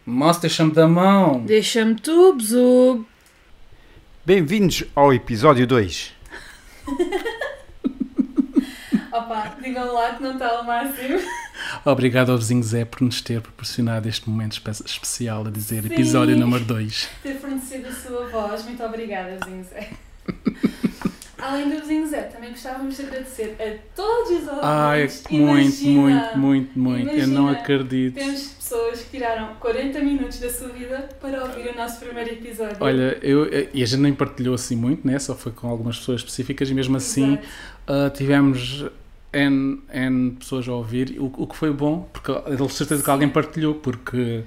Moço, deixa-me da mão. Deixa-me tu, Bzug. Bem-vindos ao episódio 2. Opa, digam lá que não está o máximo. Obrigado ao vizinho Zé por nos ter proporcionado este momento especial a dizer Sim. episódio número 2. Ter fornecido a sua voz. Muito obrigada, vizinho Zé. Além do vizinho Zé, também gostávamos de agradecer a todos os ouvintes. Muito. Eu não acredito. Temos pessoas que tiraram 40 minutos da sua vida para ouvir o nosso primeiro episódio. Olha, e a gente nem partilhou assim muito, né? Só foi com algumas pessoas específicas e mesmo assim tivemos N pessoas a ouvir, o que foi bom, porque eu certeza que alguém partilhou, porque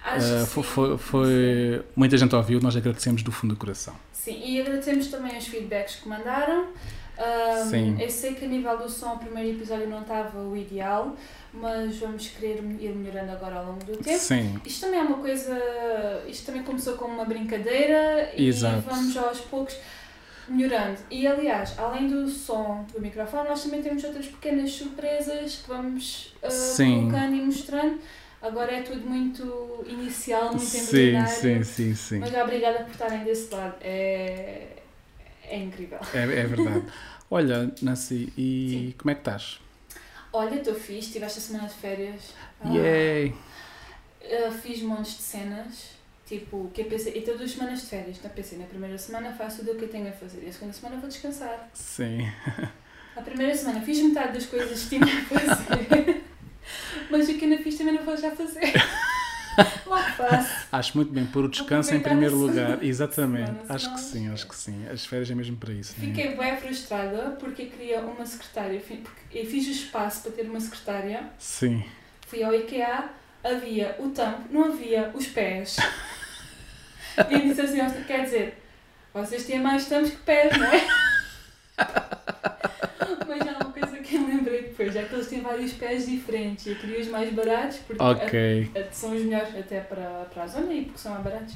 foi muita gente ouviu, nós agradecemos do fundo do coração. Sim, e agradecemos também os feedbacks que mandaram. Sim. Eu sei que a nível do som o primeiro episódio não estava o ideal, mas vamos querer ir melhorando agora ao longo do tempo. Sim. Isto também é uma coisa, isto também começou como uma brincadeira e Exato. vamos aos poucos melhorando. E aliás, além do som do microfone, nós também temos outras pequenas surpresas que vamos colocando e mostrando. Agora é tudo muito inicial, muito embrionário. Sim. Mas obrigada por estarem desse lado. É incrível. É verdade. Olha, Nancy, e Sim. como é que estás? Olha, estou fixe, tive esta semana de férias. Yay! Fiz montes de cenas, tipo, que eu pensei, e estou 2 semanas de férias, então pensei, na primeira semana faço tudo o que eu tenho a fazer, e a segunda semana vou descansar. Sim. A primeira semana fiz metade das coisas que tinha a fazer, mas o que ainda fiz também não vou já fazer. Logo faço. Acho muito bem pôr o descanso em primeiro lugar. Exatamente. Acho que sim. As férias é mesmo para isso. Fiquei bem frustrada porque eu queria uma secretária, porque eu fiz o espaço para ter uma secretária. Sim. Fui ao IKEA, havia o tampo, não havia os pés. E eu disse assim, quer dizer, vocês têm mais tampos que pés, não é? Mas já há uma coisa que eu lembrei depois, é que eles têm vários pés diferentes e eu queria os mais baratos, porque são os melhores até para a zona e porque são mais baratos.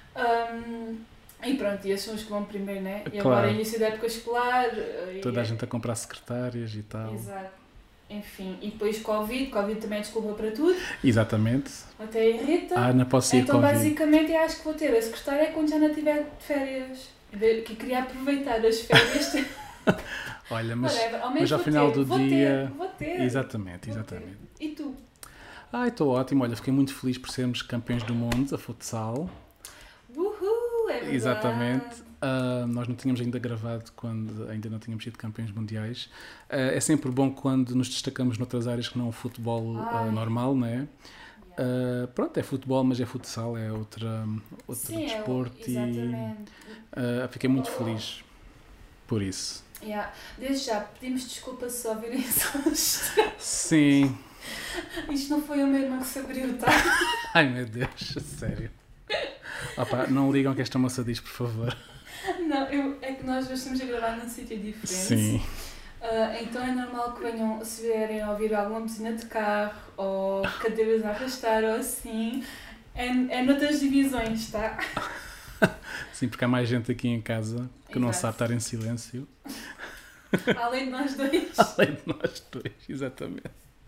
E pronto, e esses são os que vão primeiro, né? E claro. Agora início da época escolar. Toda a gente a comprar secretárias e tal. Exato. Enfim, e depois Covid também é desculpa para tudo. Exatamente. Até irrita. Não posso ir então Covid. basicamente eu acho que vou ter a secretária quando já não estiver de férias. Que queria aproveitar as férias. Olha, mas ao final do dia... Vou ter. Exatamente. E tu? Estou ótimo. Olha, fiquei muito feliz por sermos campeões do mundo, a futsal. Uhul, é verdade. Exatamente. Nós não tínhamos ainda gravado quando ainda não tínhamos sido campeões mundiais. É sempre bom quando nos destacamos noutras áreas que não o futebol normal, não é? Pronto, é futebol, mas é futsal, é outro desporto exatamente. E fiquei muito feliz por isso. Desde já, pedimos desculpa se ouvirem sons. Sim. Isto não foi o meu irmão que se abriu, tá? Ai meu Deus, sério. Opa, não ligam que esta moça diz, por favor. Não, é que nós estamos a gravar num sítio diferente. Sim. Então é normal que venham, se vierem a ouvir alguma buzina de carro ou cadeiras a arrastar ou assim, é noutras divisões, tá? Sim, porque há mais gente aqui em casa que não sabe estar em silêncio. Além de nós dois. Além de nós dois, exatamente.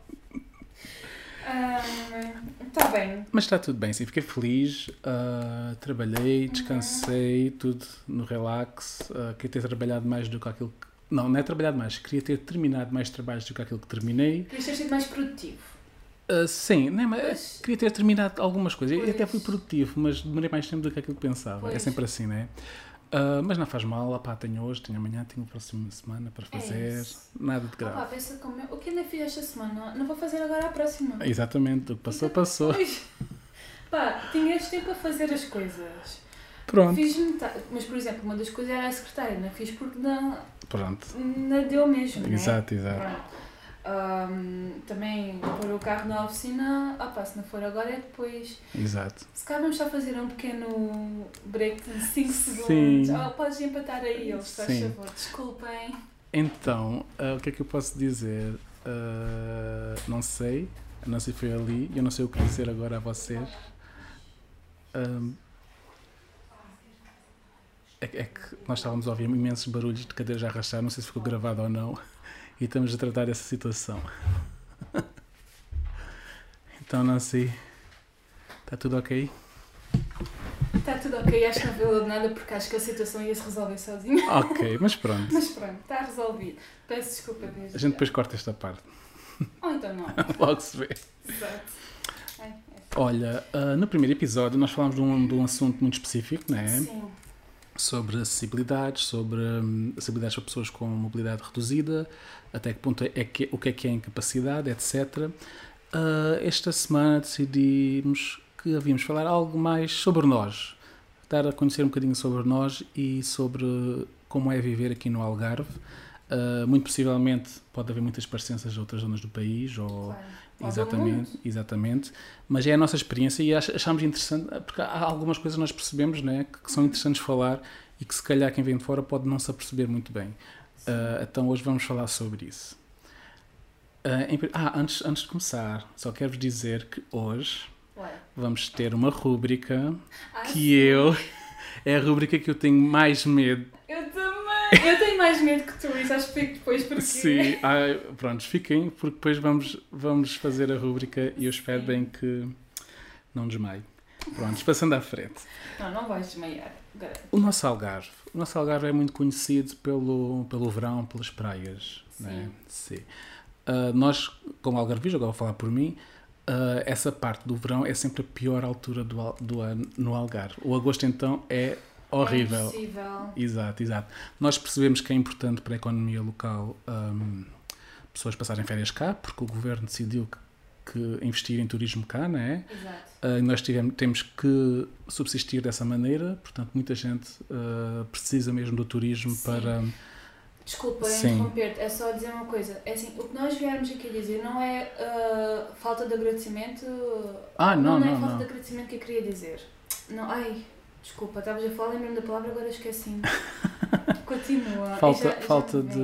Está bem. Mas está tudo bem, sim, fiquei feliz, trabalhei, descansei, tudo no relax, queria ter trabalhado mais do que aquilo que... Não é trabalhado mais, queria ter terminado mais trabalhos do que aquilo que terminei. Querias ter sido mais produtivo? Sim, mas queria ter terminado algumas coisas, eu até fui produtivo, mas demorei mais tempo do que aquilo que pensava, é sempre assim, não é? Mas não faz mal, tenho hoje, tenho amanhã, tenho a próxima semana para fazer, nada de grave. Pensa como o que ainda fiz esta semana, não vou fazer agora a próxima. Exatamente, o que passou. Tinha este tempo a fazer as coisas. Pronto. Fiz metade, mas por exemplo, uma das coisas era a secretária, não fiz porque não deu mesmo, Exato. Também pôr o carro na oficina, se não for agora é depois. Exato. Se calhar vamos só fazer um pequeno break de 5 segundos. Sim. Podes empatar aí, eles, se faz favor, desculpem. Então, o que é que eu posso dizer? Não sei, a Nancy foi ali, eu não sei o que dizer agora a vocês. É que nós estávamos a ouvir imensos barulhos de cadeiras a arrastar, não sei se ficou gravado ou não, e estamos a tratar dessa situação. Então, Nancy, Está tudo ok? Está tudo ok, acho que não valeu de nada porque acho que a situação ia se resolver sozinha. Ok, mas pronto. Mas pronto, está resolvido. Peço desculpa desde A gente depois corta esta parte. Ou então não. Logo se vê. Exato. Olha, no primeiro episódio nós falámos de um assunto muito específico, não é? Sim. Sobre acessibilidades, sobre acessibilidades para pessoas com mobilidade reduzida, até que ponto o que é incapacidade, etc. Esta semana decidimos que havíamos falar algo mais sobre nós, dar a conhecer um bocadinho sobre nós e sobre como é viver aqui no Algarve. Muito possivelmente pode haver muitas parecenças de outras zonas do país, ou claro. Exatamente, mas é a nossa experiência e achámos interessante, porque há algumas coisas que nós percebemos, né, que são interessantes falar e que se calhar quem vem de fora pode não se aperceber muito bem. Então hoje vamos falar sobre isso. Antes de começar, só quero-vos dizer que hoje vamos ter uma rúbrica é a rúbrica que eu tenho mais medo. Eu também! Eu tenho mais medo que tu, e já explico depois porquê. Sim, pronto, fiquem, porque depois vamos fazer a rúbrica e eu espero bem que não desmaie. Pronto, passando à frente. Não vais desmaiar. O nosso Algarve é muito conhecido pelo verão, pelas praias. Sim. Né? Sim. Nós, como algarvios, agora vou falar por mim, essa parte do verão é sempre a pior altura do ano no Algarve. O agosto, então, é horrível. É impossível. Exato. Nós percebemos que é importante para a economia local pessoas passarem férias cá, porque o governo decidiu que investir em turismo cá, não é? Exato. Nós temos que subsistir dessa maneira, portanto, muita gente precisa mesmo do turismo. Sim. Para... Desculpa interromper-te, é só dizer uma coisa. É assim, o que nós viermos aqui dizer não é falta de agradecimento. Não é falta de agradecimento que eu queria dizer. Não, desculpa, estavas a falar, lembrei-me da palavra, agora esqueci-me. Continua. Falta de...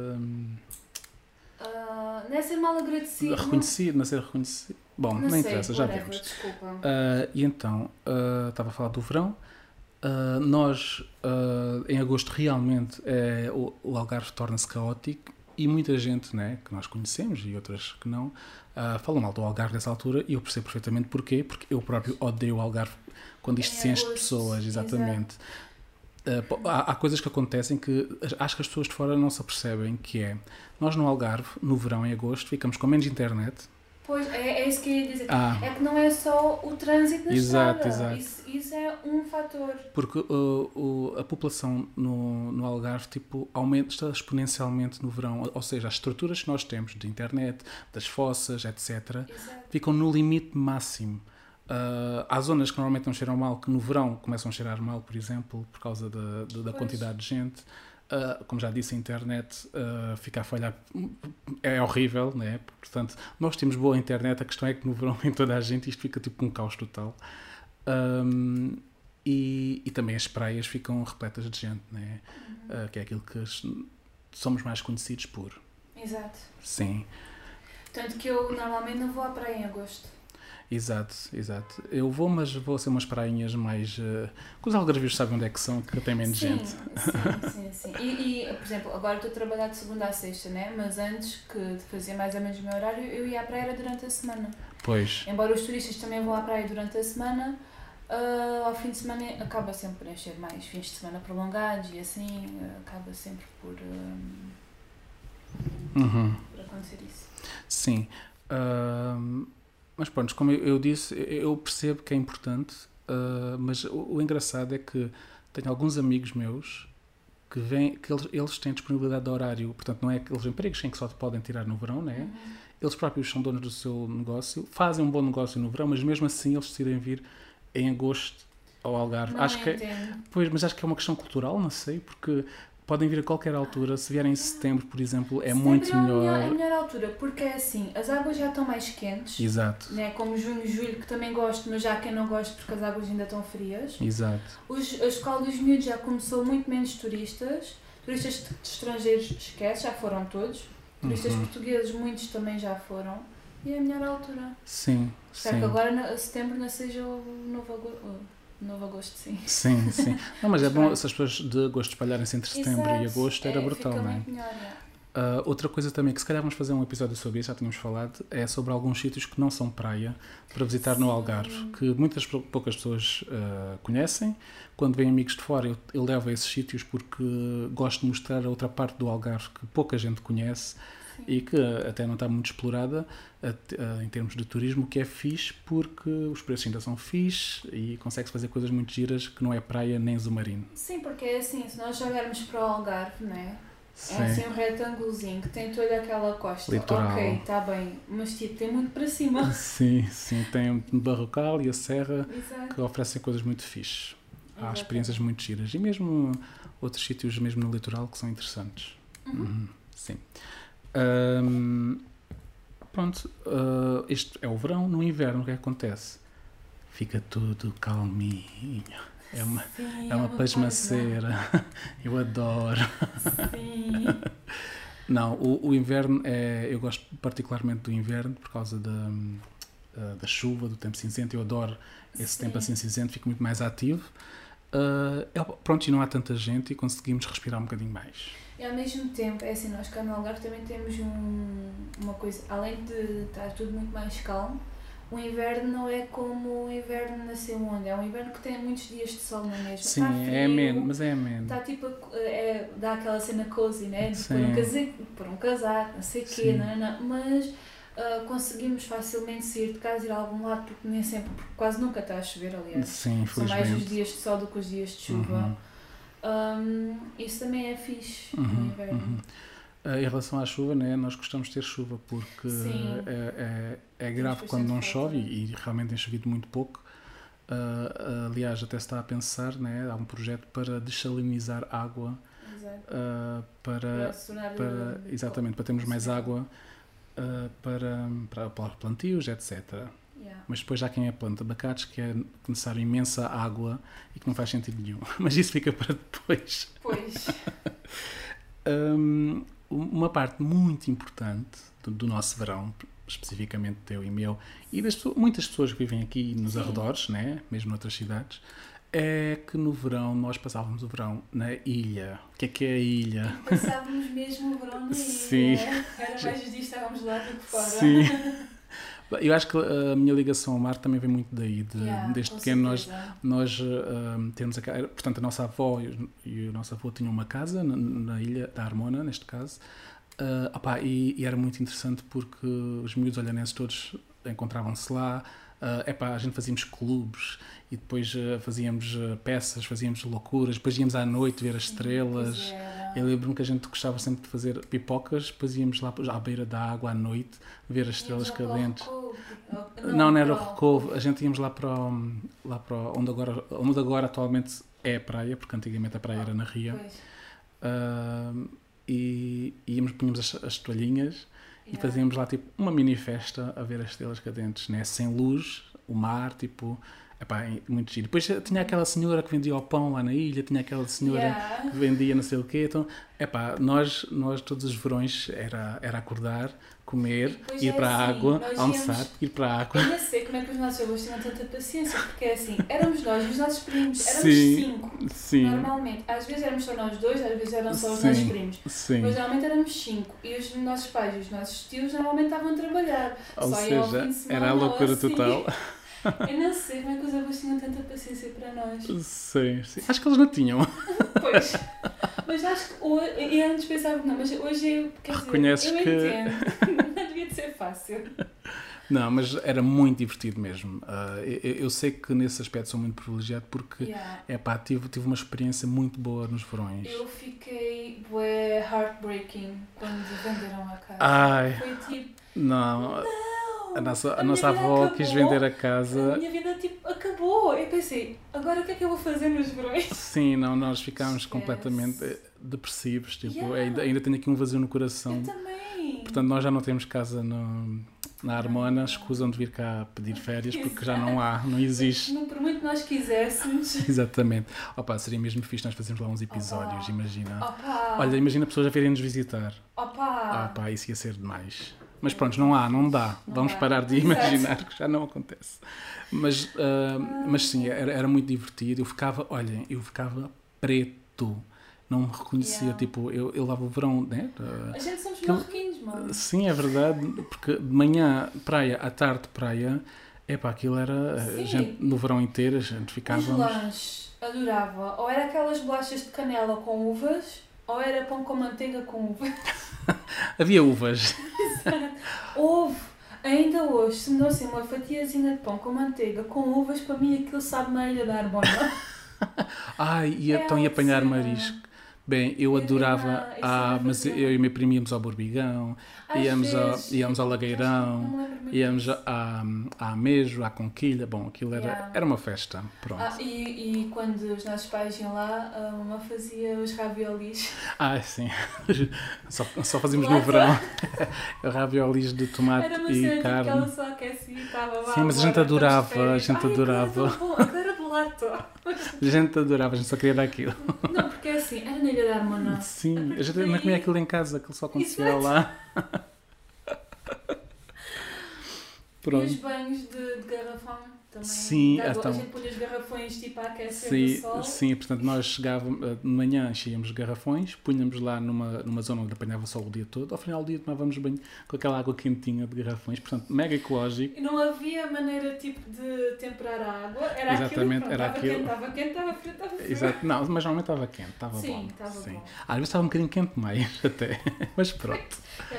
não é ser mal agradecido. Não ser reconhecido. Bom, não interessa, já vemos. Desculpa. E então, estava a falar do verão. Nós, em agosto, realmente o Algarve torna-se caótico e muita gente, né, que nós conhecemos e outras que não, falam mal do Algarve nessa altura e eu percebo perfeitamente porquê, porque eu próprio odeio o Algarve quando isto se enche de pessoas, exatamente. Há coisas que acontecem que acho que as pessoas de fora não se apercebem, que é, nós no Algarve, no verão, em agosto, ficamos com menos internet. Pois, é isso que eu ia dizer. É que não é só o trânsito na estrada. Exato. Isso é um fator. Porque a população no Algarve aumenta exponencialmente no verão. Ou seja, as estruturas que nós temos de internet, das fossas, etc., Exato. ficam no limite máximo. Há zonas que normalmente não cheiram mal, que no verão começam a cheirar mal, por exemplo, por causa da quantidade de gente. Como já disse, a internet fica a falhar, é horrível, né? Portanto, nós temos boa internet, a questão é que no verão vem toda a gente e isto fica tipo um caos total. E também as praias ficam repletas de gente, né? Que é aquilo que somos mais conhecidos por. Exato. Sim. Tanto que eu normalmente não vou à praia em agosto. Exato. Eu vou, mas vou ser umas prainhas mais... que os algarvios sabem onde é que são, que tem menos gente. Sim. E, por exemplo, agora estou a trabalhar de segunda a sexta, né? Mas antes, que fazia mais ou menos o meu horário, eu ia à praia durante a semana. Pois. Embora os turistas também vão à praia durante a semana, ao fim de semana acaba sempre por encher mais fins de semana prolongados e assim, acaba sempre por acontecer isso. Sim. Mas pronto, como eu disse, eu percebo que é importante, mas o engraçado é que tenho alguns amigos meus que eles têm disponibilidade de horário, portanto não é aqueles empregos em que só te podem tirar no verão, né? Eles próprios são donos do seu negócio, fazem um bom negócio no verão, mas mesmo assim eles decidem vir em agosto ao Algarve. Mas acho que é uma questão cultural, não sei, porque podem vir a qualquer altura. Se vierem em setembro, por exemplo, é setembro muito melhor. É a melhor altura, porque é assim, as águas já estão mais quentes. Exato. Né? Como junho, julho, que também gosto, mas já quem não gosta porque as águas ainda estão frias. Exato. A escola dos miúdos já começou muito menos turistas. Turistas estrangeiros, esquece, já foram todos. Turistas portugueses, muitos também já foram. E é a melhor altura. Sim. Espero que agora, setembro, não seja o novo agosto, sim. Sim. Não, mas é bom se as pessoas de agosto espalharem-se entre setembro e agosto, era brutal, fica não é? Muito melhor, Outra coisa também, que se calhar vamos fazer um episódio sobre isso, já tínhamos falado, é sobre alguns sítios que não são praia para visitar no Algarve, que poucas pessoas conhecem. Quando vêm amigos de fora, eu levo a esses sítios porque gosto de mostrar a outra parte do Algarve que pouca gente conhece. Sim. E que até não está muito explorada em termos de turismo, que é fixe porque os preços ainda são fixe e consegue-se fazer coisas muito giras que não é praia nem submarino. Sim, porque é assim, se nós olharmos para o Algarve, não é? É assim um retângulozinho que tem toda aquela costa. Litoral. Ok, está bem, mas tipo, tem muito para cima. Sim, tem o Barrocal e a Serra. Exato. Que oferecem coisas muito fixes. Há experiências muito giras. E mesmo outros sítios, mesmo no litoral, que são interessantes. Sim. Pronto, este é o verão. No inverno, o que acontece? Fica tudo calminho. É uma pasmaceira. Eu adoro. Sim. Não, o inverno eu gosto particularmente do inverno por causa da chuva, do tempo cinzento. Eu adoro esse tempo assim cinzento, fico muito mais ativo. Pronto, e não há tanta gente e conseguimos respirar um bocadinho mais. E ao mesmo tempo, é assim, nós cá no Algarve também temos uma coisa, além de estar tudo muito mais calmo, o inverno não é como o inverno nasceu onde? É um inverno que tem muitos dias de sol na mesma. Sim, é ameno, mas é ameno. Está tipo, dá aquela cena cozy, né? De pôr um casaco, não sei o quê, não, mas conseguimos facilmente sair de casa e ir a algum lado, porque nem sempre, porque quase nunca está a chover, aliás. Sim, são mais os dias de sol do que os dias de chuva. Isso também é fixe no inverno. Em relação à chuva, né, nós gostamos de ter chuva porque é grave quando não chove e realmente tem chovido muito pouco. Aliás, até se está a pensar, né, há um projeto para dessalinizar água exatamente, para termos mais água para plantios, etc. Mas depois já quem é planta abacates que é necessário imensa água e que não faz sentido nenhum. Mas isso fica para depois. Pois. Uma parte muito importante do nosso verão, especificamente teu e meu, e muitas pessoas que vivem aqui nos arredores, né, mesmo noutras cidades, é que no verão nós passávamos o verão na ilha. O que é a ilha? Passávamos mesmo o verão na ilha. Sim. Era mais os dias estávamos lá do que fora. Sim. Eu acho que a minha ligação ao mar também vem muito daí, desde pequeno nós temos portanto a nossa avó e o nosso avô tinham uma casa na ilha da Armona, neste caso, e era muito interessante porque os miúdos olhanenses todos encontravam-se lá, a gente fazíamos clubes e depois fazíamos peças, fazíamos loucuras, depois íamos à noite ver as estrelas. Eu lembro-me que a gente gostava sempre de fazer pipocas, depois íamos lá à beira da água à noite ver as estrelas cadentes. Não era o Recovo, a gente íamos lá para onde agora atualmente é a praia, porque antigamente a praia era na Ria. E punhamos as toalhinhas e fazíamos lá tipo uma mini festa a ver as estrelas cadentes, né? Sem luz, o mar, tipo, muito giro. Depois tinha aquela senhora que vendia o pão lá na ilha, tinha aquela senhora que vendia não sei o quê, então, nós todos os verões era acordar, comer, ir para a água, almoçar, ir para a água. Eu não sei como é que os nossos avós tinham tanta paciência, porque é assim, éramos nós e os nossos primos, éramos 5, normalmente. Às vezes éramos só nós 2, às vezes eram só os nossos primos. Sim. Mas normalmente éramos 5 e os nossos pais e os nossos tios normalmente estavam a trabalhar. Ou seja, era a loucura total. Eu não sei como é que os avós tinham tanta paciência para nós. Sim. Acho que eles não tinham. Pois. Mas acho que hoje, antes pensava que não, mas hoje eu entendo. Não devia de ser fácil. Não, mas era muito divertido mesmo. Eu sei que nesse aspecto sou muito privilegiado porque tive uma experiência muito boa nos verões. Eu fiquei heartbreaking quando venderam a casa. Ai, foi tipo... Não. A nossa avó quis vender a casa. A minha vida acabou. Eu pensei, agora o que é que eu vou fazer nos verões? Sim, nós ficámos completamente depressivos. Tipo, ainda tenho aqui um vazio no coração. Eu também. Portanto, nós já não temos casa na Armona, escusam de vir cá pedir férias porque já não existe. Não, por muito nós quiséssemos. Exatamente. Seria mesmo fixe nós fazermos lá uns episódios, imagina. Olha, imagina pessoas a virem nos visitar. Isso ia ser demais. Mas pronto, não dá. Vamos parar de imaginar que já não acontece. Mas sim, era muito divertido. Eu ficava preto. não me reconhecia. Tipo, eu lá o verão, né? A gente somos marroquinos, mano. Sim, é verdade, porque de manhã praia, à tarde praia, aquilo era, a gente, no verão inteiro a gente ficava... Os lanches, adorava. Ou era aquelas bolachas de canela com uvas, ou era pão com manteiga com uvas. Havia uvas. Houve. Ainda hoje, se me dessem uma fatiazinha de pão com manteiga com uvas, para mim aquilo sabe-me a Ilha da Arbona. Então ia apanhar marisco. Bem, eu adorava, mas eu e o meu primo íamos ao Borbigão, íamos ao Lagueirão, íamos à Amejo, à Conquilha, bom, aquilo era uma festa, pronto. E quando os nossos pais iam lá, a mamãe fazia os raviolis. Sim, só fazíamos no verão, raviolis de tomate e carne. Era uma cena que ela só aquecia e estava lá. Sim, mas a gente adorava, a gente adorava, a gente só queria dar aquilo. Não, porque assim, era na Ilha da Arbona. Sim, a gente não comia aquilo em casa, aquilo só acontecia lá. Pronto. E os banhos de garrafão também. Sim, a gente punha os garrafões tipo a aquecer no sol. Sim, portanto nós chegávamos, de manhã enchíamos garrafões, punhamos lá numa zona onde apanhava sol o dia todo, ao final do dia tomávamos banho com aquela água quentinha de garrafões, portanto mega ecológico. E não havia maneira tipo de temperar a água, era exatamente, aquilo, era aquilo. Estava quente, estava frio. Exato, não, mas normalmente estava quente, estava bom. Sim, estava bom. Às vezes estava um bocadinho quente mais até, mas pronto.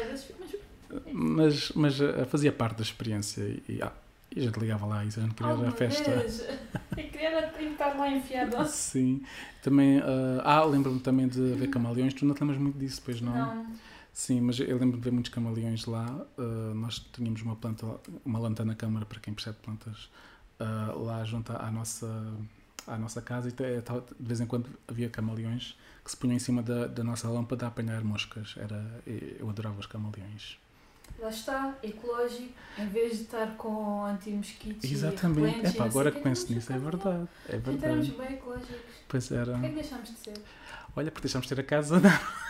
Mas fazia parte da experiência e a gente ligava lá e a gente queria ir à festa. Eu queria estar lá enfiada. Sim. Também, lembro-me também de ver camaleões. Tu não te lembras muito disso, pois não? Não. Sim, mas eu lembro-me de ver muitos camaleões lá. Nós tínhamos uma lanta na câmara, para quem percebe plantas, lá junto à nossa casa e de vez em quando havia camaleões que se punham em cima da nossa lâmpada a apanhar moscas. Eu adorava os camaleões. Lá está, ecológico, em vez de estar com anti-mosquitos. Exatamente. Agora que penso nisso, é verdade. Éramos bem ecológicos. Pois era. Porquê é que deixámos de ser? Olha, porque deixámos de ter a casa.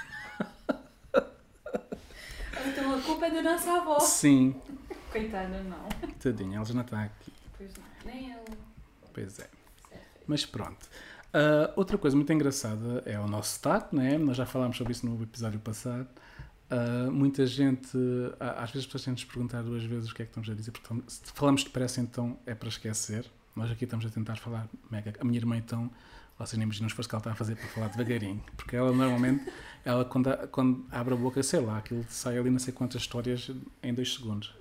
Então a culpa é da nossa avó. Sim. Coitada, não. Tadinha, ela já não está aqui. Pois não, nem ela. Pois é. Mas pronto. Outra coisa muito engraçada é o nosso sotaque, né? Nós já falámos sobre isso no episódio passado. Muita gente, às vezes as pessoas têm de nos perguntar 2 vezes o que é que estamos a dizer, porque se falamos depressa então é para esquecer. Nós aqui estamos a tentar falar mega. A minha irmã então, vocês nem imaginam o esforço que ela está a fazer para falar devagarinho, porque ela normalmente, quando abre a boca, sei lá, aquilo sai ali não sei quantas histórias em 2 segundos.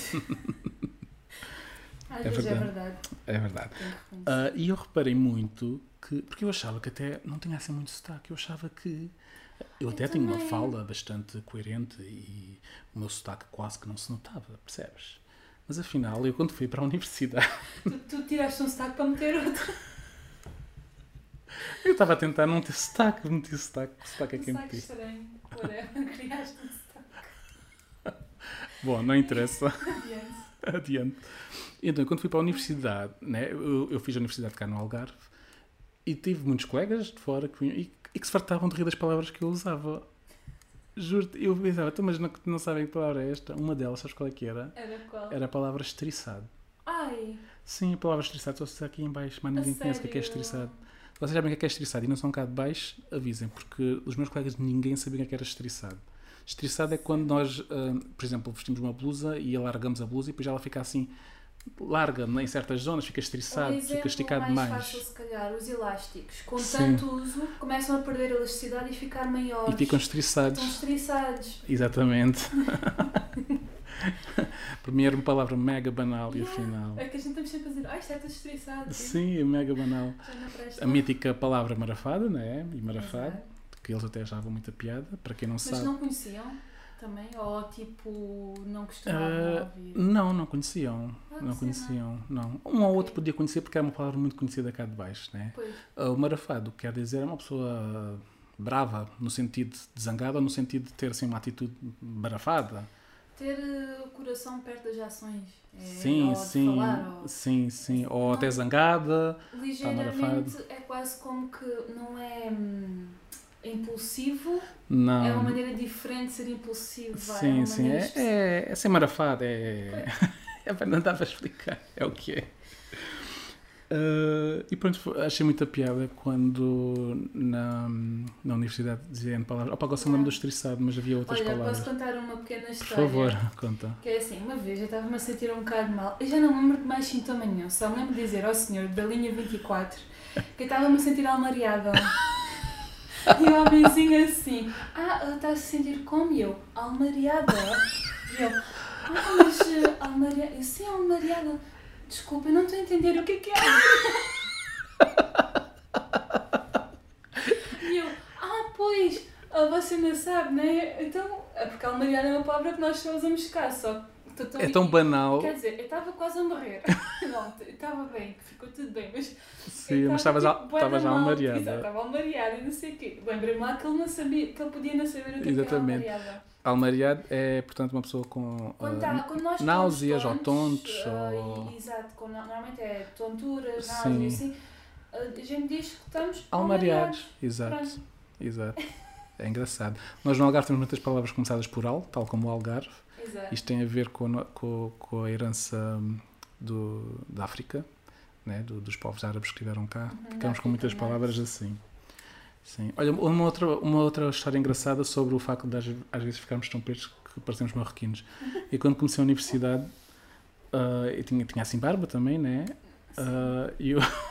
Às vezes é verdade. É verdade. E eu reparei muito porque eu achava que até não tinha assim muito sotaque, eu achava que eu até tinha uma fala bastante coerente e o meu sotaque quase que não se notava, percebes? Mas afinal, eu quando fui para a universidade... Tu tiraste um sotaque para meter outro. Eu estava a tentar não ter sotaque, meti sotaque. O sotaque é quem meti. Estranho. Criaste um sotaque. Bom, não interessa. Adiante. Então, quando fui para a universidade, né, eu fiz a universidade cá no Algarve e tive muitos colegas de fora que vinham e que se fartavam de rir das palavras que eu usava. Juro-te, eu pensava, mas não sabem que palavra é esta? Uma delas, sabes qual é que era? Era qual? Era a palavra estriçado. Ai! Sim, a palavra estriçado, só se está aqui em baixo, mas ninguém conhece o que é estriçado. Se vocês sabem o que é estriçado e não são cá de baixo, avisem, porque os meus colegas ninguém sabia o que era estriçado. Estriçado é quando nós, por exemplo, vestimos uma blusa e alargamos a blusa e depois ela fica assim, larga em certas zonas, fica estriçado, fica esticado demais. Mais fácil, se calhar, os elásticos, com tanto uso, começam a perder a elasticidade e ficar maiores. E ficam estriçados. Estão estriçados. Exatamente. Para mim era uma palavra mega banal e afinal... É que a gente estamos sempre a dizer, isto é tudo estriçado. Sim, é mega banal. A mítica palavra marafada, não é? E marafado, exato. Que eles até achavam muita piada, para quem não sabe. Mas não conheciam também? Ou tipo, não costumavam ouvir? Não conheciam. Não conheciam, não. Um ou outro podia conhecer porque era uma palavra muito conhecida cá de baixo, né? Pois. O marafado quer dizer é uma pessoa brava, no sentido de zangada ou no sentido de ter assim, uma atitude marafada. Ter o coração perto das ações. Sim, sim. Ou até zangada. Ligeiramente é quase como que não é impulsivo. Não. É uma maneira diferente de ser impulsivo. Sim, é ser marafado. É para não dar para explicar. É o que é. E pronto, achei muita piada quando na universidade diziam palavras. Opa, agora só me lembro do estriçado, mas havia outras palavras. Posso contar uma pequena história? Por favor, conta. Que é assim, uma vez eu estava-me a sentir um bocado mal. Eu já não me lembro de mais sintoma nenhum. Só me lembro de dizer ao senhor da linha 24 que eu estava-me a sentir almariada. E o homenzinho assim, ela está a se sentir como? E eu, almariada. E eu, mas almariada. Eu, sim, almariada. Desculpa, eu não estou a entender o que é. E eu, pois, você não sabe, né? Então, porque almariada é uma palavra que nós só usamos cá, só. É tão banal. Quer dizer, eu estava quase a morrer. Não, eu estava bem, ficou tudo bem, mas... Sim, mas estava já almariada. Exato, estava almariada e não sei o quê. Lembrei-me lá que ele não sabia, que ele podia não saber o que Exatamente. era almariada. Almariado é, portanto, uma pessoa com náuseas ou tontos. Exato, normalmente é tonturas, náuseas, assim. A gente diz que estamos almariados. Exato. É engraçado. Nós no Algarve temos muitas palavras começadas por al, tal como o Algarve. Exato. Isto tem a ver com a herança da África, né? Dos povos árabes que estiveram cá. Ficamos com muitas palavras assim. Sim. Olha, uma outra história engraçada sobre o facto de às vezes ficarmos tão pretos que parecemos marroquinos. E quando comecei a universidade, eu tinha assim barba também, né? E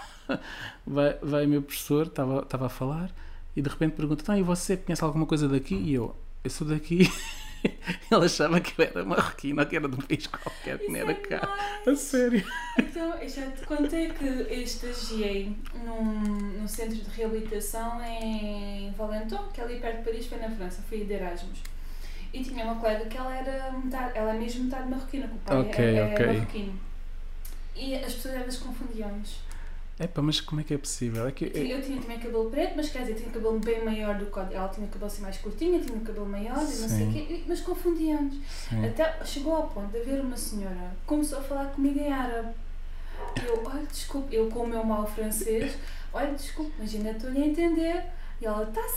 vai meu professor, estava a falar, e de repente pergunta, e você conhece alguma coisa daqui? E eu sou daqui. Ele achava que eu era marroquino, que era de um país qualquer, que não era cá. A sério. Então, eu já te contei que eu estagiei num centro de reabilitação em Valenton, que é ali perto de Paris, foi na França, fui de Erasmus. E tinha uma colega que ela é mesmo metade marroquina, que o pai é marroquino. E as pessoas elas confundiam-nos. Mas como é que é possível? Eu tinha também cabelo preto, mas quer dizer, tinha cabelo bem maior do que ela tinha cabelo assim mais curtinho, tinha cabelo maior e não sei o quê, mas confundiam-nos. Até chegou ao ponto de haver uma senhora que começou a falar comigo em árabe. E eu, olha, desculpe, eu com o meu mau francês, olha, desculpe, mas ainda estou-lhe a entender. E ela, está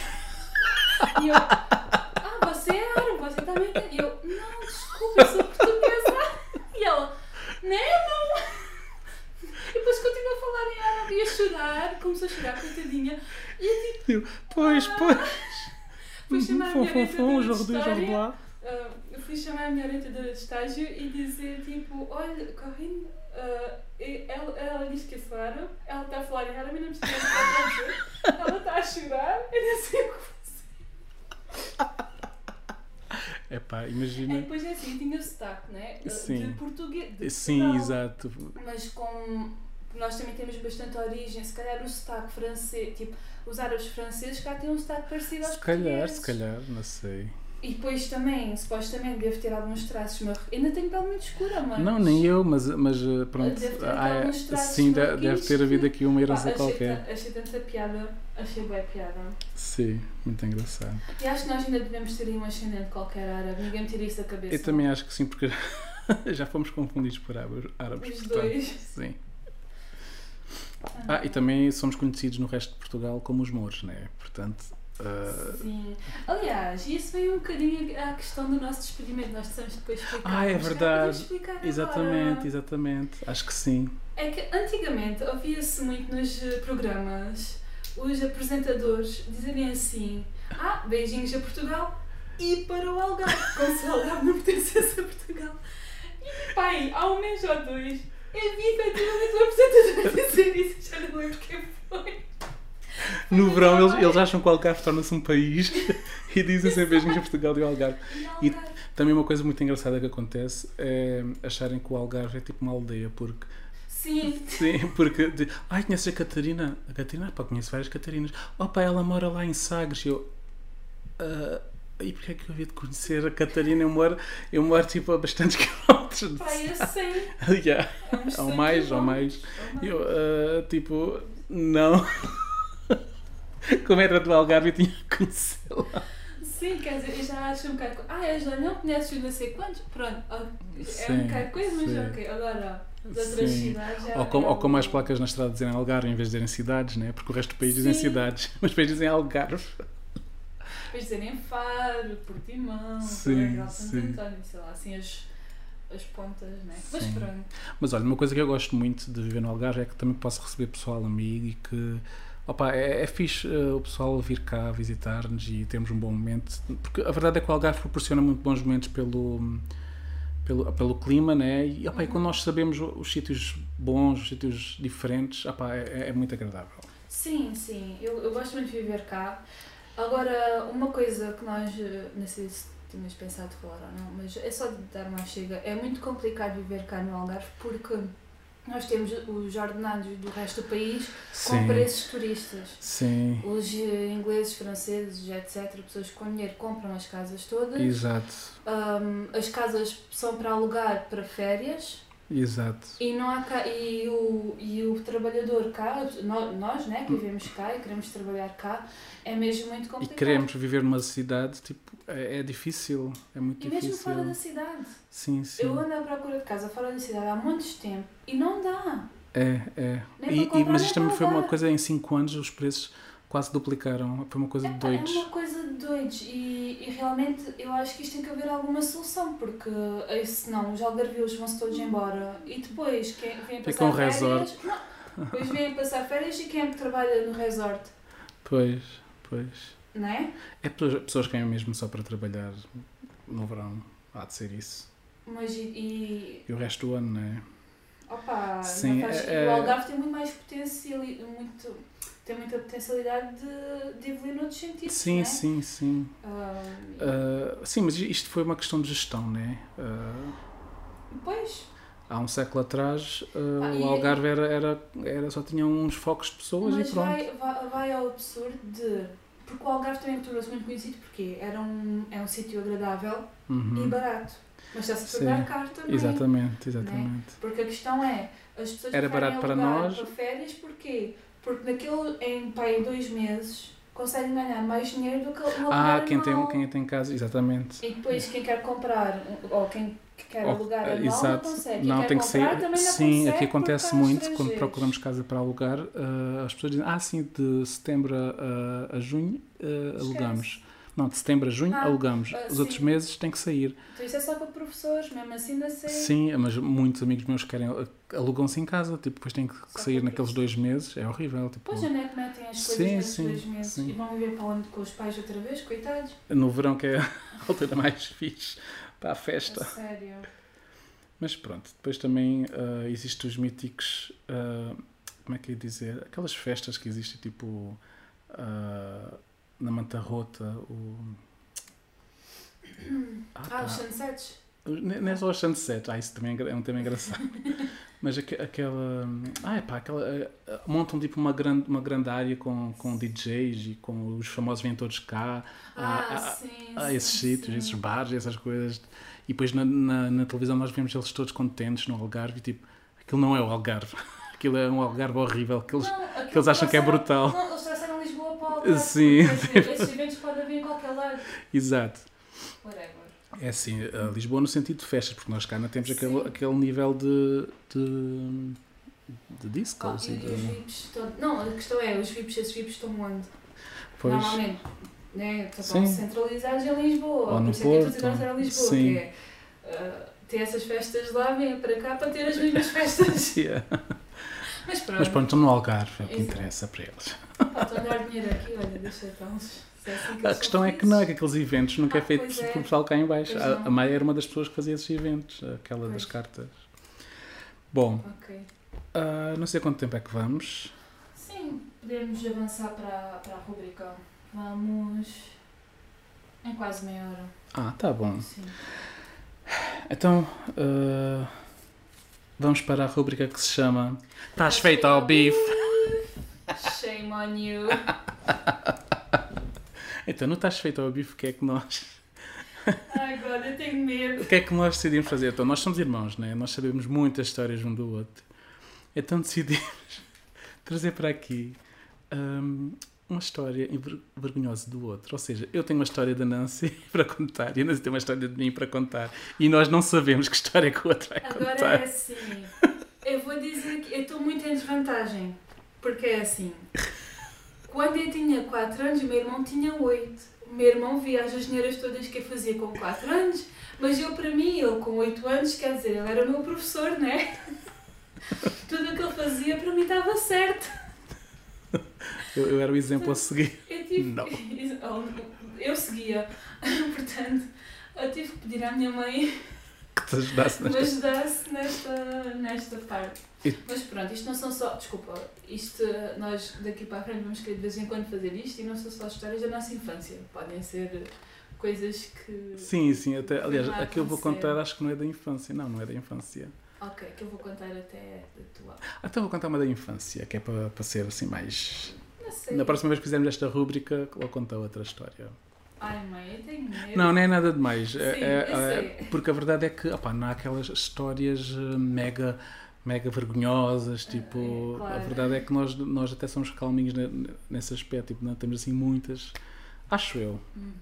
sim. E eu, você é árabe, você também entende. E eu, não, desculpe, eu sou portuguesa. E ela, não. E depois continuou a falar em árabe e a chorar, começou a chorar, coitadinha. E eu tipo, pois. Fui chamar a minha orientadora de estágio. Eu fui chamar a minha orientadora de estágio e dizer tipo, olha, Corinne, ela diz que é sou árabe, ela está a falar em árabe e não precisa dizer, ela está a chorar, eu não sei o que fazer. Imagina. E depois é assim, tinha sotaque, né? De português. Sim, exato. Mas nós também temos bastante origem, se calhar o sotaque francês, tipo, os árabes franceses cá têm um sotaque parecido aos portugueses. Se calhar, não sei. E depois também, supostamente, deve ter alguns traços marroquinos. Ainda tenho pele muito escura, mas... Não, nem eu, mas pronto. Deve ter alguns traços sim, deve ter havido aqui uma herança qualquer. Achei tanta piada, achei bem piada. Sim, muito engraçado. E acho que nós ainda devemos ter aí um ascendente qualquer árabe, ninguém me tira isso da cabeça. Eu também acho que sim, porque já fomos confundidos por árabes. Os dois. Sim. E também somos conhecidos no resto de Portugal como os mouros, não é? Portanto... Sim. Aliás, isso vem um bocadinho à questão do nosso despedimento. Nós precisamos depois explicar. É verdade. Exatamente. Acho que sim. É que antigamente ouvia-se muito nos programas os apresentadores dizerem assim: beijinhos a Portugal e para o Algarve, como se o Algarve não pertencesse a Portugal. E pai, há um mês ou dois, eu vi efetivamente o apresentador dizer isso, já não lembro quem foi. No verão eles acham que o Algarve torna-se um país e dizem sempre beijinhos a Portugal e o Algarve. E também uma coisa muito engraçada que acontece é acharem que o Algarve é tipo uma aldeia, porque... Sim, porque... conheces a Catarina? A Catarina? Conheço várias Catarinas. Ela mora lá em Sagres. E eu... e porquê é que eu havia de conhecer a Catarina? Eu moro tipo a bastantes quilómetros de eu sei. Ou mais. Eu, não... Como era do Algarve, eu tinha que conhecê-la. Sim, quer dizer, eu já acho um bocado... eu já não conheço não sei quantos. Pronto, é um bocado coisa, mas ok. Agora, de outras cidades já... Ou com mais placas na estrada dizerem Algarve em vez de dizerem cidades, né? Porque o resto do país dizem cidades, mas depois dizem Algarve. Depois dizerem Faro, Portimão, Santo António, sei lá, assim as pontas, né? Mas pronto. Mas olha, uma coisa que eu gosto muito de viver no Algarve é que também posso receber pessoal amigo e que opa, é fixe o pessoal vir cá visitar-nos e termos um bom momento, porque a verdade é que o Algarve proporciona muito bons momentos pelo clima, né? E, opa, e quando nós sabemos os sítios bons, os sítios diferentes, opa, é muito agradável. Sim, eu gosto muito de viver cá. Agora, uma coisa que nós, não sei se tínhamos pensado falar ou não, mas é só de dar uma chega, é muito complicado viver cá no Algarve porque nós temos os ordenados do resto do país com preços turistas. Sim. Os ingleses, franceses, etc., pessoas com dinheiro compram as casas todas. Exato. As casas são para alugar para férias. Exato. E, não há cá, e o trabalhador cá, nós, né, que vivemos cá e queremos trabalhar cá, é mesmo muito complicado. E queremos viver numa cidade, tipo, é difícil, é muito difícil. E mesmo fora da cidade. Sim. Eu ando à procura de casa fora da cidade há muitos tempo e não dá. Mas isto também foi uma coisa, em 5 anos os preços quase duplicaram, foi uma coisa de doidos. É uma coisa de doidos e realmente eu acho que isto tem que haver alguma solução, porque senão os algarvios vão-se todos embora e depois quem vem passar férias... Depois vêm passar férias e quem é que trabalha no resort? Pois. Não é? É pessoas que vêm mesmo só para trabalhar no verão, há de ser isso. Mas e o resto do ano, não é? Opa, sim, o Algarve tem muito mais tem muita potencialidade de evoluir noutros sentidos, sim, não é? Sim. Sim, mas isto foi uma questão de gestão, não é? Pois. Há um século atrás o Algarve só tinha uns focos de pessoas mas e pronto. Vai ao absurdo de... Porque o Algarve também tornou-se muito conhecido porque é um sítio agradável e barato. Mas está-se a tornar caro também. Exatamente. Né? Porque a questão é, as pessoas era barato para nós. Para férias, porquê? Porque em 2 meses conseguem ganhar mais dinheiro do que o alugar quem tem casa, exatamente. E depois quem quer comprar, ou quem quer alugar anual não consegue. Não, quem tem quer que sair. Também não sim, consegue aqui acontece muito quando procuramos estrangeiros. casa para alugar. As pessoas dizem, sim, de setembro a junho alugamos. Não, de setembro a junho alugamos. Os outros meses têm que sair. Então isso é só para professores, mesmo assim ainda sei. Sim, mas muitos amigos meus alugam-se em casa, tipo, depois têm que sair naqueles 2 meses, é horrível. Tipo... Pois a net metem as coisas nesses 2 meses e vão viver para onde com os pais outra vez, coitados. No verão que é a altura mais fixe para a festa. É sério. Mas pronto, depois também existem os míticos, como é que eu ia dizer, aquelas festas que existem tipo... na Manta Rota, os sunsets? Não é só os sunsets, isso também é um tema engraçado. Mas montam tipo uma grande área com DJs e com os famosos vêm todos cá, esses sítios, esses bares, essas coisas. E depois na televisão nós vemos eles todos contentes no Algarve e tipo, aquilo não é o Algarve. Aquilo é um Algarve horrível que eles acham que é brutal. Não, eles trouxeram Lisboa para o Algarve. Sim. Esses eventos podem vir em qualquer lado. Exato. Whatever. É assim, Lisboa no sentido de festas, porque nós cá não temos aquele nível de discos. E os VIPs estão... Não, a questão é, esses VIPs estão onde? Pois. Normalmente, né, estão centralizados em Lisboa. Ou no Porto. Era Lisboa, sim. Que é... ter essas festas lá, vêm para cá para ter as mesmas festas. Mas pronto, estão no Algarve, é o que interessa para eles. Estão a dar dinheiro aqui, olha, deixa então-los. A questão é que não, que aqueles eventos nunca é feito por pessoal cá em baixo. A Maia era uma das pessoas que fazia esses eventos, aquela das cartas. Bom, não sei quanto tempo é que vamos. Sim, podemos avançar para a rubrica. Vamos em quase meia hora. Tá bom. Sim. Então, vamos para a rubrica que se chama Estás feito ao bife? Shame on you. Então, não estás feito ao bife, o que é que nós... Ai, God, eu tenho medo. O que é que nós decidimos fazer? Então, nós somos irmãos, né? Nós sabemos muitas histórias um do outro. Então decidimos trazer para aqui uma história vergonhosa do outro. Ou seja, eu tenho uma história da Nancy para contar e a Nancy tem uma história de mim para contar. E nós não sabemos que história que o outro vai contar. Agora é assim, eu vou dizer que eu estou muito em desvantagem. Porque é assim... Quando eu tinha 4 anos, o meu irmão tinha 8. o meu irmão via as asneiras todas que eu fazia com 4 anos, mas eu, para mim, ele com 8 anos, quer dizer, ele era o meu professor, não é? Tudo o que ele fazia, para mim, estava certo. Eu era o exemplo a seguir. Não. Eu seguia. Portanto, eu tive que pedir à minha mãe que te ajudasse nesta parte. Mas pronto, isto não são só... Desculpa, nós daqui para a frente vamos querer de vez em quando fazer isto e não são só histórias da nossa infância. Podem ser coisas que... Sim, até, aliás, a que eu vou contar acho que não é da infância. Não é da infância. Ok, que eu vou contar até da tua. Então vou contar uma da infância, que é para ser assim mais... Não sei. Na próxima vez que fizermos esta rúbrica, eu conto outra história. Ai mãe, eu tenho medo. Não é nada demais. Sim, eu sei. Porque a verdade é que não há aquelas histórias mega vergonhosas, tipo... Claro. A verdade é que nós até somos calminhos nesse aspecto, tipo, não temos assim muitas... Acho eu.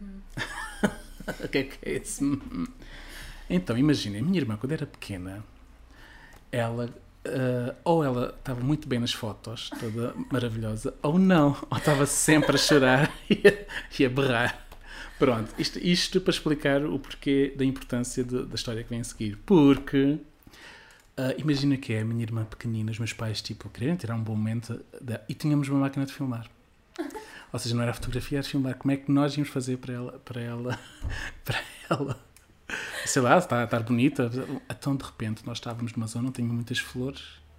O que é isso? Então, imagina, a minha irmã, quando era pequena, ela... ou ela estava muito bem nas fotos, toda maravilhosa, ou não, ou estava sempre a chorar e a berrar. Pronto, isto para explicar o porquê da importância da história que vem a seguir. Porque, imagina que é a minha irmã pequenina, os meus pais, tipo, quererem tirar um bom momento e tínhamos uma máquina de filmar. Ou seja, não era fotografia, era filmar. Como é que nós íamos fazer para ela sei lá, estar bonita? Então, de repente, nós estávamos numa zona onde tinha muitas flores.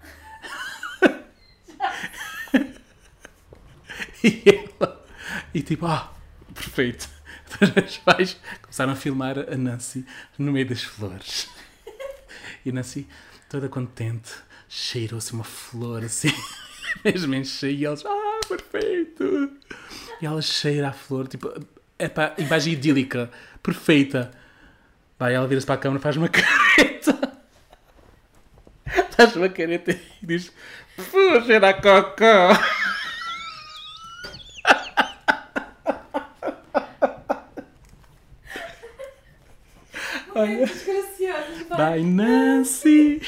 E tipo, perfeito. Então, os pais começaram a filmar a Nancy no meio das flores. E a Nancy, toda contente, cheirou-se uma flor assim, mesmo em cheio, e eles, perfeito! E ela cheira a flor, tipo, imagem idílica, perfeita. Vai, ela vira-se para a câmara, faz uma careta. Faz uma careta e diz, cheira a cocó. Olha, desgraciado. Vai, Nancy.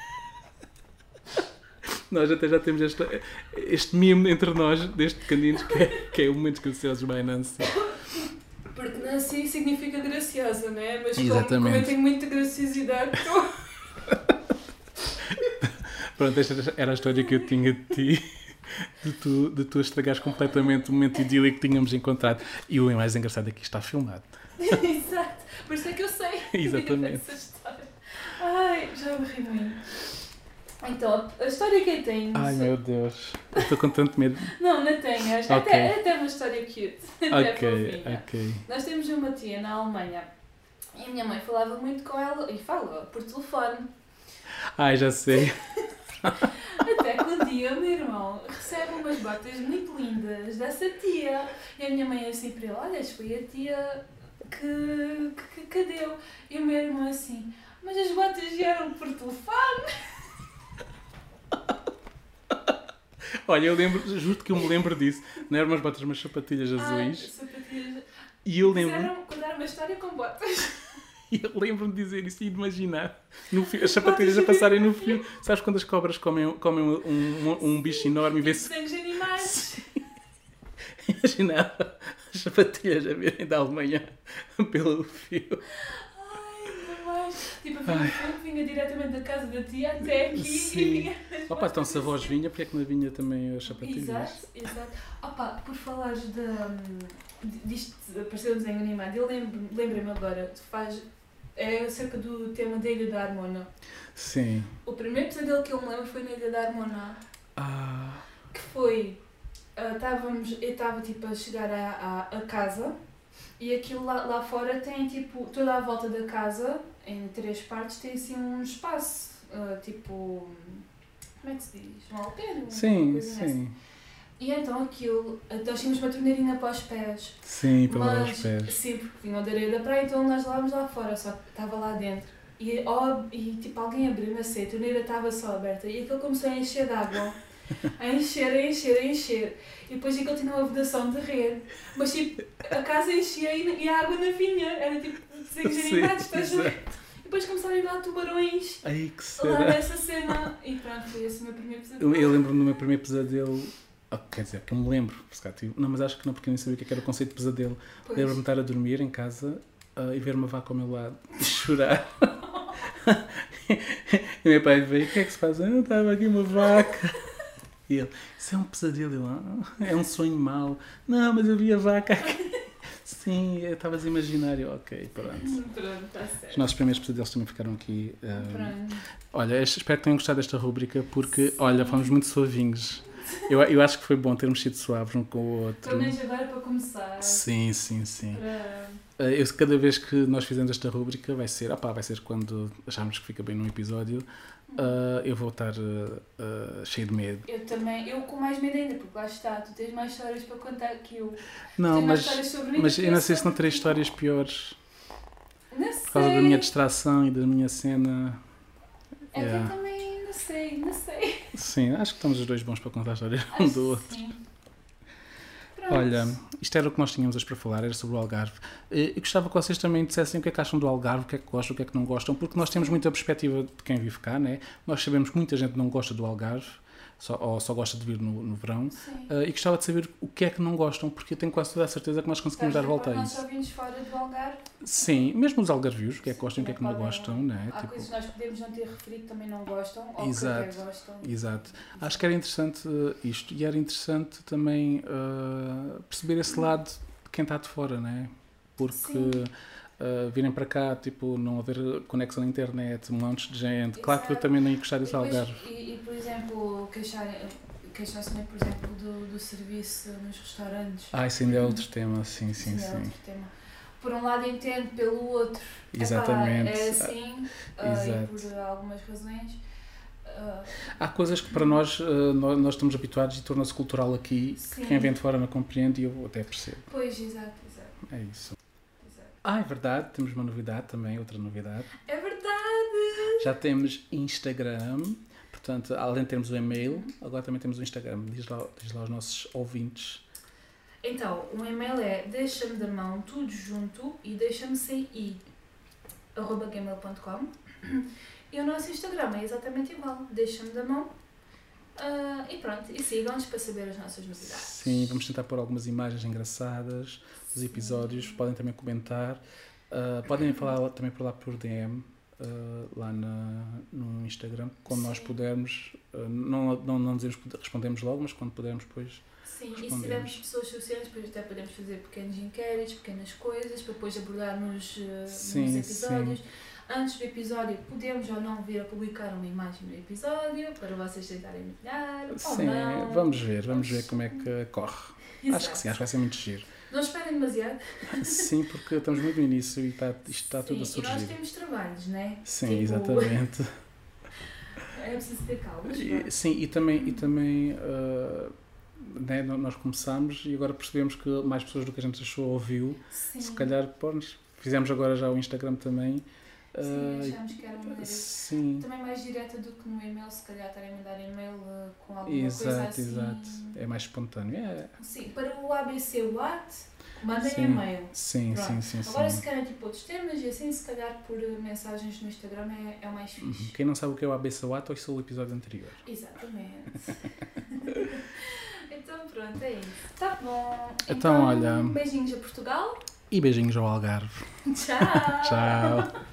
Nós até já temos este mimo entre nós, desde pequeninos, que é o momento gracioso, vai, Nancy. Porque Nancy significa graciosa, não é? Mas como eu tenho muita graciosidade, Pronto, esta era a história que eu tinha de ti, de tu estragares completamente o momento idílico que tínhamos encontrado. E o mais engraçado é que isto está filmado. Exato, por isso é que eu sei. Exatamente. Essa história. Ai, já me ri muito. Então, a história que eu tenho... Ai, meu Deus. Eu estou com tanto medo. Não tenho. Até uma história cute. Ok. Nós temos uma tia na Alemanha e a minha mãe falava muito com ela, e fala, por telefone. Ai, já sei. Até que um dia o meu irmão recebe umas botas muito lindas dessa tia. E a minha mãe assim para ele, olha, foi a tia que deu. E o meu irmão assim, mas as botas vieram por telefone? Olha, juro-te que eu me lembro disso. Não eram umas botas, umas sapatilhas azuis. Sapatilhas. E eu lembro... Quiseram contar uma história com botas. E eu lembro-me de dizer isso e de imaginar as sapatilhas a passarem no fio. Sabes quando as cobras comem um bicho enorme e vê-se... Sangue animais. Imaginava as sapatilhas a virem da Alemanha pelo fio. Tipo, vinha diretamente da casa da tia até aqui. Sim. E vinha... Então se a voz vinha, porque é que não vinha também as sapatilhas? Exato. Por falares disto de aparecer o desenho animado, eu lembro-me agora, é acerca do tema da Ilha da Harmona. Sim. O primeiro pesadelo que eu me lembro foi na Ilha da Harmona. Que foi, eu estava tipo a chegar à casa e aquilo lá fora tem tipo, toda a volta da casa, em 3 partes, tem assim um espaço, tipo, como é que se diz? Um alpendre? Sim. E então aquilo, nós tínhamos uma torneirinha para os pés. Sim, para lavar os pés. Sim, porque vinham da areia da praia, então nós lavávamos lá fora, só que estava lá dentro. E tipo, alguém abriu, não sei, a torneira estava só aberta e aquilo começou a encher de água. A encher. E depois aquilo tinha uma vedação de rede. Mas tipo, a casa enchia e a água não vinha. Era tipo desenhos animados, estás a ver? E depois começaram a ir lá tubarões. Ai, que cena. Lá nessa cena. E pronto, foi esse o meu primeiro pesadelo. Eu lembro-me do meu primeiro pesadelo. Quer dizer, que eu me lembro. Não, mas acho que não, porque eu nem sabia o que era o conceito de pesadelo. Lembro-me de estar a dormir em casa e ver uma vaca ao meu lado e chorar. E meu pai veio, o que é que se faz? Eu estava aqui uma vaca. E ele, isso é um pesadelo. É um sonho mau. Não, mas eu vi a vaca aqui. Sim, estavas imaginário. Ok, pronto. Pronto, está certo. Os nossos primeiros pesadelos também ficaram aqui. Olha, espero que tenham gostado desta rúbrica, porque, olha, fomos muito suavinhos. Eu acho que foi bom termos sido suaves um com o outro. Pelo menos agora para começar. Sim. Cada vez que nós fizemos esta rúbrica vai ser quando acharmos que fica bem num episódio. Eu vou estar cheio de medo. Eu também, eu com mais medo ainda, porque lá está, tu tens mais histórias para contar que eu. Não, mas eu não sei se não terei histórias piores. Não sei. Por causa da minha distração e da minha cena. É que eu também não sei. Sim, acho que estamos os dois bons para contar histórias um do outro. Sim. Olha, isto era o que nós tínhamos hoje para falar, era sobre o Algarve. Eu gostava que vocês também dissessem o que é que acham do Algarve, o que é que gostam, o que é que não gostam, porque nós temos muita perspectiva de quem vive cá, né? Nós sabemos que muita gente não gosta do Algarve, ou só gosta de vir no verão, e gostava de saber o que é que não gostam, porque eu tenho quase toda a certeza que nós conseguimos dar volta a isso. Nós só vimos fora do Algarve? Sim, mesmo os algarvios, o que é que gostam e o que é que não gostam, né? Há coisas que nós podemos não ter referido que também não gostam, ou exato, que gostam. Exato. Acho que era interessante isto, e era interessante também perceber esse lado de quem está de fora, né? Porque virem para cá, tipo, não haver conexão na internet, um monte de gente. Exato. Claro que eu também não ia gostar desse Algarve. E, por exemplo, queixar-se também, por exemplo, do serviço nos restaurantes. Isso ainda é outro tema, sim. É outro tema. Por um lado entendo, pelo outro. Exatamente. É assim, e por algumas razões. Há coisas que para nós estamos habituados e torna-se cultural aqui, que quem vem de fora não compreende, e eu até percebo. Pois, exato. É isso. É verdade, temos uma novidade também, outra novidade. É verdade! Já temos Instagram, portanto, além de termos o e-mail, agora também temos o Instagram. Diz lá aos nossos ouvintes. Então, o e-mail é deixa-me da mão, tudo junto, e deixa-me sem i, @gmail.com. E o nosso Instagram é exatamente igual, deixa-me da mão. E pronto, e sigam-nos para saber as nossas novidades. Sim, vamos tentar pôr algumas imagens engraçadas dos episódios, podem também comentar, podem falar também por DM, lá no Instagram, quando nós pudermos, não dizemos que respondemos logo, mas quando pudermos depois respondemos. E se tivermos pessoas suficientes, depois até podemos fazer pequenos inquéritos, pequenas coisas, para depois abordar nos episódios. Sim. Antes do episódio, podemos ou não vir a publicar uma imagem do episódio para vocês tentarem adivinhar. Sim, ou não. Vamos ver como é que corre. Exato. Acho que sim, acho que vai ser muito giro. Não esperem demasiado. Sim, porque estamos muito no início e isto está tudo a surgir. E nós temos trabalhos, não é? Sim, exatamente. É preciso ter calma. Sim, e também né, nós começámos e agora percebemos que mais pessoas do que a gente achou ouviu. Sim. Se calhar, fizemos agora já o Instagram também. Sim, achamos que era uma maneira também mais direta do que no e-mail, se calhar estarem a mandar e-mail com alguma coisa assim. Exato, é mais espontâneo. Sim, para o ABC What, mandem e-mail. Sim. Agora se querem tipo outros temas e assim, se calhar por mensagens no Instagram é o mais fixe. Quem não sabe o que é o ABC What, ouça o episódio anterior. Exatamente. Então pronto, é isso. Tá bom. Então olha, beijinhos a Portugal. E beijinhos ao Algarve. Tchau. Tchau.